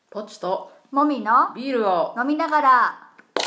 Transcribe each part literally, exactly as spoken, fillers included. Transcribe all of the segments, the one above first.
ポチともみのビールを飲みながら。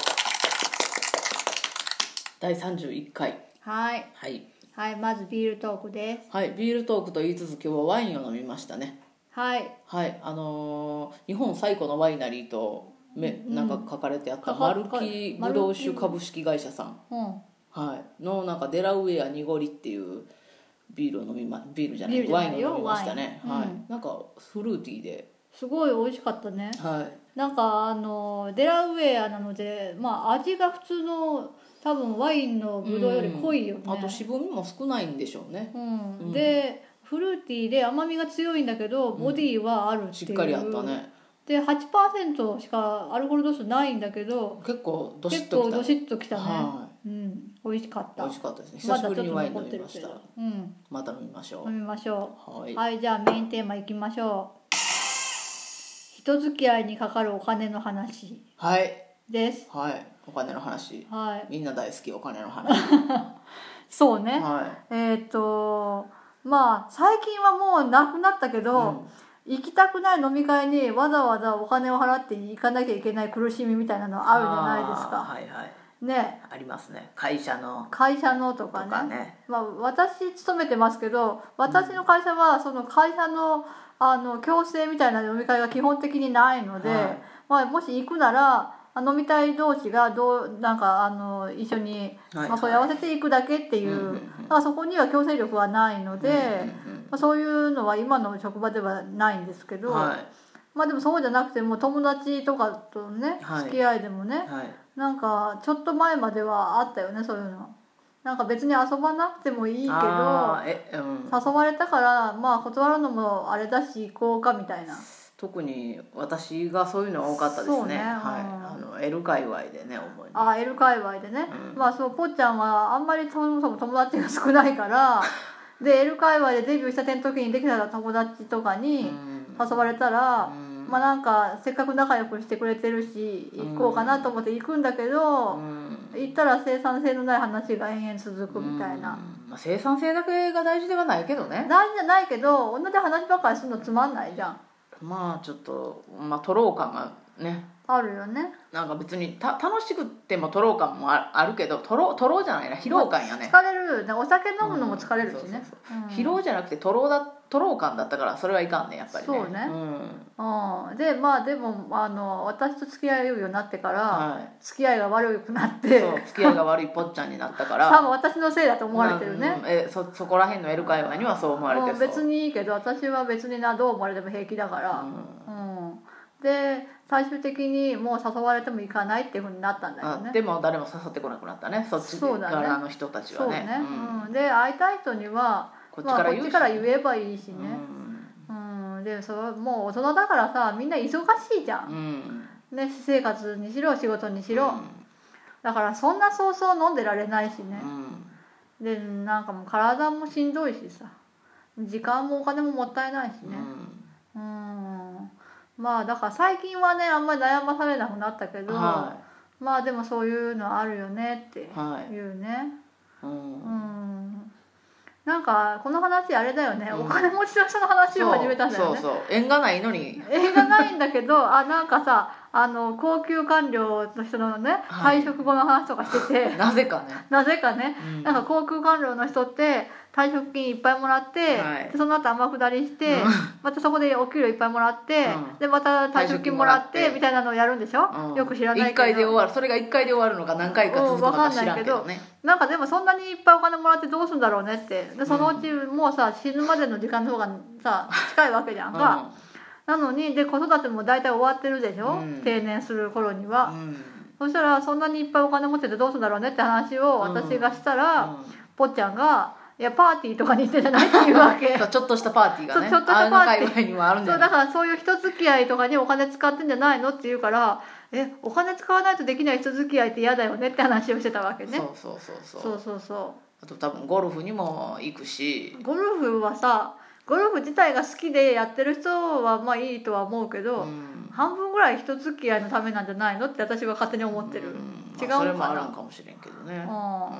だいさんじゅういっかい。 はいはいはい、まずビールトークです。 はいビールトークと言いつつ今日はワインを飲みましたね。 はいはいあのー日本最古のワイナリーとめなんか書かれてあったかかマルキブドウ酒株式会社さん、 うんはいのなんかデラウェア濁りっていうビールを飲みまビールじゃないビールじゃないよワインを飲みましたね。はい、 ワインうんなんかフルーティーで、 すごい美味しかったね。 はいなんかあのデラウェアなので、まあ味が普通の多分ワインのブドウより濃いよね。 うんあと渋みも少ないんでしょうね。 うんうんでフルーティーで甘みが強いんだけどボディはあるっていう、 しっかりあったね。 で はちパーセント しかアルコール度数ないんだけど結構ドシッ結ときた。 構どしっときたね、 はうん美味しかった美味しかったですね。久まだしぶりにワインちょっと飲みました。 残ってるけど、うんまた飲みましょ飲みましょう。はい。 う。はい、じゃあメインテーマいきましょう。人付き合いにかかるお金の話はい。 です。 はい。お金の話。 はいみんな大好きお金の話。 そうね、 はえっ、とまあ最近はもうなくなったけい。 ど、行きたくない飲み会にわざわざお金を払って行かなきゃいけない苦しみみたいなのあるじゃないですあーか。 はいはい。 ね、 ありますね。会社の会社のととかね。 かね。 まあ、私勤めてますけど私の会社はその会社のあの強制みたいな飲み会が基本的にないので、 はいまあ、もし行くならあ飲みたい同士がどうなんかあの一緒に、 はいまあ、そう合わせていくだけっていう、 うんうんうんだからそこには強制力はないので、 うんうんまあ、そういうのは今の職場ではないんですけど、 はまあでもそうじゃなくても友達とかとね、 はい付き合いでもね、 いはい。 なんかちょっと前まではあったよねそういうの。なんか別に遊ばなくてもいいけどあーえうん。 誘われたからまあ断るのもあれだし行こうかみたいな。 特に私がそういうのが多かったですね。 そうねうんはい。あの L 界隈でね主に。 あ L 界隈でね、 うんまあそうぽっちゃんはあんまりそもそも友達が少ないからで L 界隈でデビューしたての時にできた友達とかに誘われたら、 うんまあなんかせっかく仲良くしてくれてるし行こうかなと思って行くんだけど、 うん行ったら生産性のない話が延々続くみたいな。 うんまあ、生産性だけが大事ではないけどね。 大事じゃないけど同じ話ばっかりするのつまんないじゃん。 まあちょっとまあ取ろう感がね、 あるよね。 なんか別にた楽しくっても取ろう感も あ, あるけど取ろう取ろうじゃないな疲労感やね。 疲れるね。お酒飲むのも疲れるしね。 うんそうそうそううん疲労じゃなくて取ろうだ取ろう感だったからそれはいかんねやっぱりね。 そうねうんうん、でまあでもあの私と付き合うようになってから、 はい付き合いが悪くなってそう付き合いが悪いぽっちゃんになったから多分私のせいだと思われてるね。 うんえ そ, そこら辺の L 界隈にはそう思われてうん、 そう。 別にいいけど私は別になどう思われても平気だから、 うんうんで最終的にもう誘われても行かないっていうふうになったんだよね。 あでも誰も誘ってこなくなったねそっちそうだね側の人たちはね。 そうね、 うんうん、で会いたい人にはこっちから言うし、 まあ、こっちから言えばいいしね、 うんうん、でそれもう大人だからさみんな忙しいじゃん、 うんね、私生活にしろ仕事にしろ、 うんだからそんなそうそう飲んでられないしねう、んでなんかもう体もしんどいしさ時間もお金ももったいないしね、うんまあだから最近はねあんまり悩まされなくなったけど、 はまあでもそういうのあるよねっていはいいうね、 うんうんなんかこの話あれだよね、 うんお金持ちの人の話を始めたんだよね。 そうそうそう縁がないのに映画ないんだけどあなんかさあの高級官僚の人のねはい退職後の話とかしてて、 なぜかね、 なぜかね、 うんなんか航空官僚の人って退職金いっぱいもらって、 はいでその後天下りして、 うんまたそこでお給料いっぱいもらって、 うんでまた退職金もらって退職金もらってみたいなのをやるんでしょ、 うんよく知らないけど一回で終わるそれが一回で終わるのか何回か続くのか知らんけどね。 なんかでもそんなにいっぱいお金もらってどうするんだろうねってでそのうちもうさ死ぬまでの時間の方がさ近いわけじゃんか、なのにで子育ても大体終わってるでしょ、 うん定年する頃にうは、 んそしたらそんなにいっぱいお金持っててどうするんだろうねって話を私がしたら、 うんぽっちゃんが「いやパーティーとかに行ってんじゃない?」っていうわけそうちょっとしたパーティーがねそうちょっとしたパーティーあの界隈にもあるんじそうゃない。 だからそういう人付き合いとかにお金使ってんじゃないのって言うから「えお金使わないとできない人付き合いって嫌だよね」って話をしてたわけね。 そうそうそうそうそうそうそあと多分ゴルフにも行くしうゴルフはさゴルフ自体が好きでやってる人はまあいいとは思うけど、 うん半分ぐらい人付き合いのためなんじゃないのって私は勝手に思ってる、 うん違うのかな、 まあそれもあるんかもしれんけどね。 うん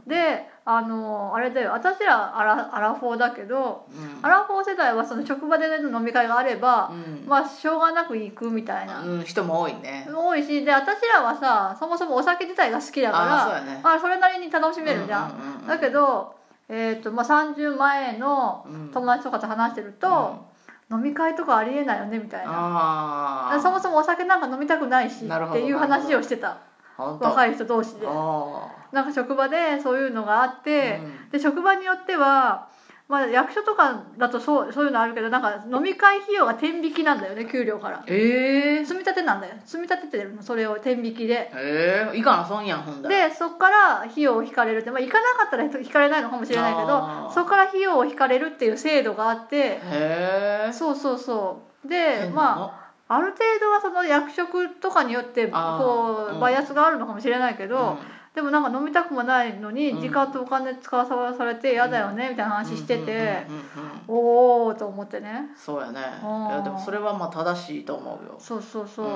であのあれだよ、私らアラアラフォーだけど、 うん、 アラフォー世代はその職場での飲み会があれば、 うん、 まあしょうがなく行くみたいな、 うん、人も多いね。 多いし、で私らはさそもそもお酒自体が好きだからあそうやね、 あそれなりに楽しめるじゃん、 うんうんうんうん、 だけど、えーとまあ、さんじゅうまえの友達とかと話してると、うん、飲み会とかありえないよねみたいな、あそもそもお酒なんか飲みたくないしっていう話をしてた、若い人同士で。なんか職場でそういうのがあって、うん、で職場によっては、まあ、役所とかだとそう、そういうのあるけど、なんか飲み会費用が天引きなんだよね、給料から。 えー、 積み立てなんだよ、積み立ててるの、それを天引きで。 えー、いかなそんやんほんだら。 でそこから費用を引かれるって、まあ、行かなかったら引かれないのかもしれないけど、そこから費用を引かれるっていう制度があって、 へー、 そうそうそうで、まあある程度はその役職とかによってこうバイアスがあるのかもしれないけど、うん、でもなんか飲みたくもないのに時間とお金使わされて嫌だよねみたいな話してて、おおと思ってね。 そうやね。いやでもそれはまあ正しいと思うよ。 そうそうそう、うん、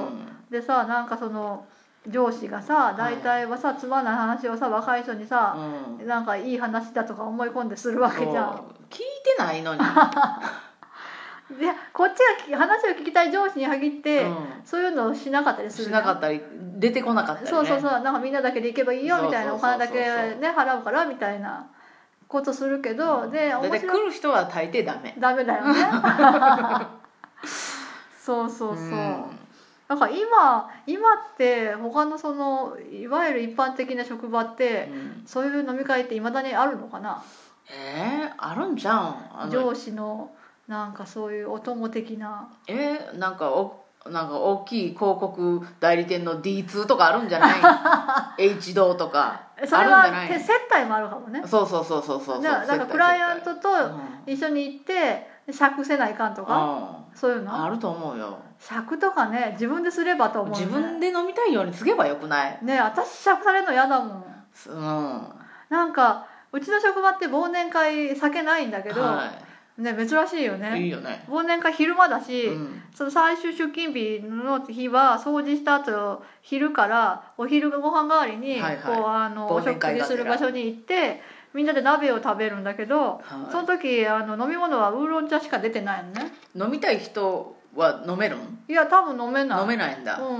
でさ、なんかその上司がさ大体はさ、はい、つまんない話をさ若い人にさ、うん、なんかいい話だとか思い込んでするわけじゃん。 聞いてないのにでこっちが話を聞きたい上司に限って、うん、そういうのをしなかったりする、 しなかったり出てこなかったり、ね、 そうそうそう、なんかみんなだけで行けばいいよみたいな、お金だけね払うからみたいなことするけど、うん、で面白い、 で来る人は大抵ダメダメだよねそうそうそう、うん、なんか今今って他のそのいわゆる一般的な職場って、うん、そういう飲み会っていまだにあるのかな。 えー、あるんじゃん。 上司のなんかそういうお供的な、 えー、なんかおなんか大きい広告代理店の ディーツー とかあるんじゃないH 堂とかそれは接待もあるかもね。 そうそうそうそうそう、 だからクライアントと一緒に行って酌せないかんとか、うん、そういうのあると思うよ。 酌とかね、自分ですればと思う、ね、 自分で飲みたいようにつけばよくないね。私酌されるの嫌だもん、 うん、 なんかうちの職場って忘年会酒ないんだけど、はいね、珍しいよね。 いいよね。 忘年会昼間だし、うん、その最終出勤日の日は掃除した後昼からお昼ご飯代わりに、はいはい、こうあのお食事する場所に行ってみんなで鍋を食べるんだけど、はい、その時あの飲み物はウーロン茶しか出てないのね。 飲みたい人は飲めるん？ いや多分飲めない。 飲めないんだ。 うん、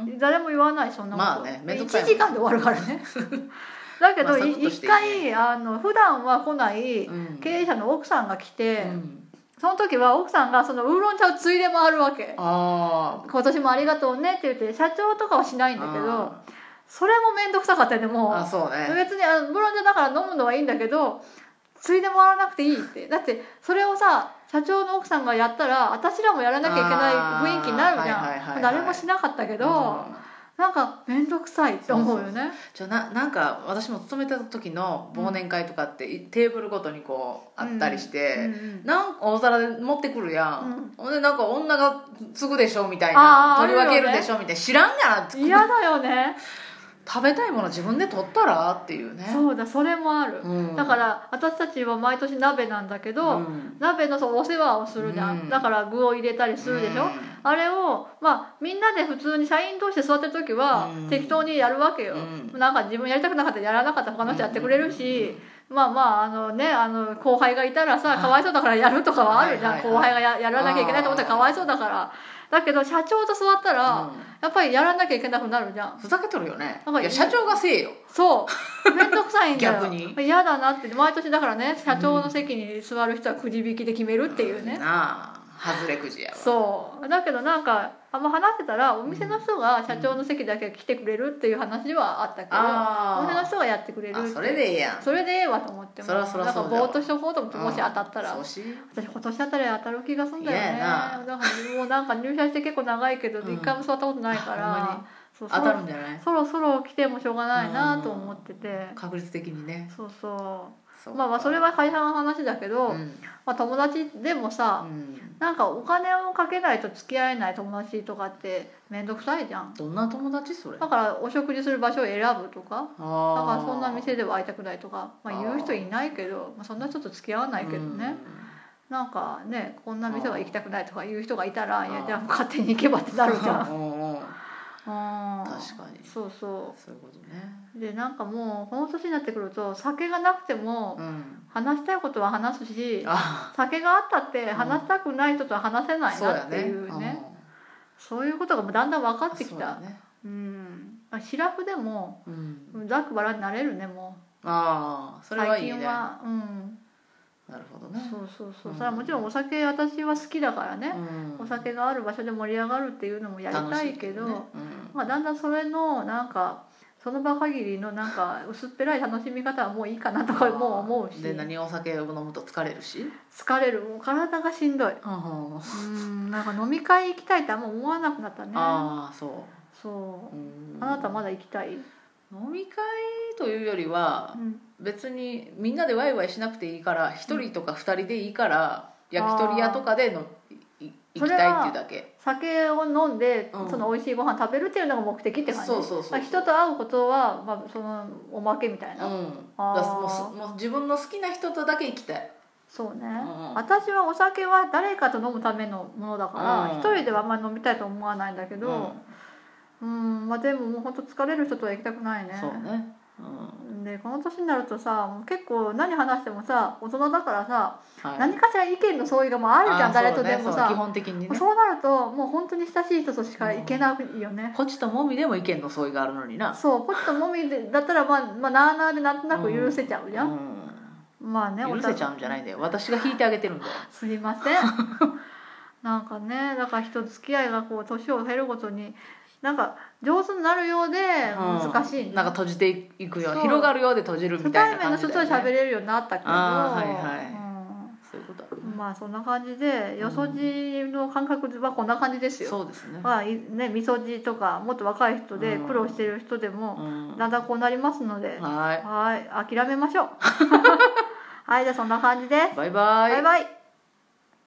うん誰も言わないそんなこと。 まあね、めんどくさいいちじかんで終わるからねだけど一回あの普段は来ない経営者の奥さんが来て、うん、その時は奥さんがそのウーロン茶をついで回るわけ。あ今年もありがとうねって言って、社長とかはしないんだけどそれも面倒くさかったよね。もうあそう、ね、 別にあのウーロン茶だから飲むのはいいんだけどついで回らなくていいって。だってそれをさ社長の奥さんがやったら私らもやらなきゃいけない雰囲気になるじゃん。誰もしなかったけど、うんなんか面倒くさいって思うよね。そうそうじゃななんか私も勤めた時の忘年会とかって、うん、テーブルごとにこうあったりして、うんうん、なんか大皿で持ってくるやん、ほ、うんでなんか女が継ぐでしょみたいな、取り分けるでしょみたいな、知らんがな嫌だよね食べたいもの自分で取ったらっていうね。 そうだそれもある、うん、だから私たちは毎年鍋なんだけど、うん、鍋のそのお世話をするじゃん、うん、だから具を入れたりするでしょ、うん、あれをまあみんなで普通に社員同士で座ってる時は適当にやるわけよ、うん、なんか自分やりたくなかったらやらなかったら他の人やってくれるし、まあまああのねあの後輩がいたらさかわいそうだからやるとかはあるじゃん、後輩が や, やらなきゃいけないと思ったらかわいそうだから。だけど社長と座ったら、うん、やっぱりやらなきゃいけなくなるじゃん。 ふざけとるよね。なんかいや社長がせえよ。 そう面倒くさいんだよ逆に嫌だなって。毎年だからね社長の席に座る人はくじ引きで決めるっていうね、 うん、なあ外れくじやわ。 そうだけどなんかあんま話してたらお店の人が社長の席だけ来てくれるっていう話はあったけど、うん、お店の人がやってくれるって。 それでええやん。 それでええわと思っても、 そらそらそうだわ。 なんかぼーっとしとこうと思って、もし当たったら、 うん、私今年あたり当たる気がするんだよね。なんかもうなんか入社して結構長いけど、うん、一回も座ったことないから、 そう当たるんじゃない？ そろそろ来てもしょうがないなと思ってて、 うん、確率的にね。 そうそうまあまあそれは会社の話だけど、うんまあ、友達でもさ、うん、なんかお金をかけないと付き合えない友達とかって面倒くさいじゃん。 どんな友達それ？ だからお食事する場所を選ぶとか、だからそんな店では会いたくないとか、まあ、言う人いないけど、まあ、そんな人と付き合わないけどね、うん、なんかねこんな店は行きたくないとか言う人がいたら、いやじゃあ勝手に行けばってなるじゃんあ確かにそうそうそういうことね。 でなんかもうこの年になってくると酒がなくても話したいことは話すし、うん、酒があったって話したくない人とは話せないなっていうね、うん、そうね、うん、そういうことがだんだん分かってきた。ね、うん、シラフでも、うん、ざっくばらんになれるねもう。 ああそれはいいね。 最近はうんなるほどね。 そうそうそう、うん、それはもちろんお酒私は好きだからね、うん、お酒がある場所で盛り上がるっていうのもやりたいけど、ね、うん、まあ、だんだんそれのなんかその場限りのなんか薄っぺらい楽しみ方はもういいかなとかもう思うし。 で何お酒を飲むと疲れるし疲れる、もう体がしんどい、うん、なんか飲み会行きたいってあんま思わなくなったね。 ああそうそう、あなたまだ行きたい？ 飲み会というよりは、うん、別にみんなでワイワイしなくていいから一人とか二人でいいから、うん、焼き鳥屋とかでの行きたいっていうだけ。 酒を飲んで、うん、その美味しいご飯食べるっていうのが目的って感じ。そうそうそうそう、人と会うことは、まあ、そのおまけみたいな、うん、あだもうもう自分の好きな人とだけ行きたい。 そうね、うん、私はお酒は誰かと飲むためのものだから、うん、一人ではあんまり飲みたいと思わないんだけど、うん、うん、まあでももう本当疲れる人とは行きたくないね。 そうね、 うん、でこの年になるとさ結構何話してもさ大人だからさ、はい、何かしら意見の相違がもうあるじゃん、誰とでもさ、 基本的にね。 そうなるともう本当に親しい人としか行けないよね。 ポチともみでも意見の相違があるのにな。 そうポチともみでだったらまあ、まあ、なあなあでなんとなく許せちゃうじゃん、うんうん、まあね許せちゃうんじゃないんだよ、私が引いてあげてるんだよすいませんなんかねだから人付き合いがこう年を経るごとになんか上手になるようで難しい、ね、うん、 なんか閉じていくよう広がるようで閉じるみたいな感じだよね。初対面の人と喋れるようになったけど、あ、はいはい、うん、そういうこと、ね、まあそんな感じでよそじの感覚はこんな感じですよ。 そうですね。 まあねみそじとかもっと若い人で苦労している人でもだんだんこうなりますので、うん、はい、はい諦めましょうはいじゃあそんな感じです。 バイバイ。 バイバイ。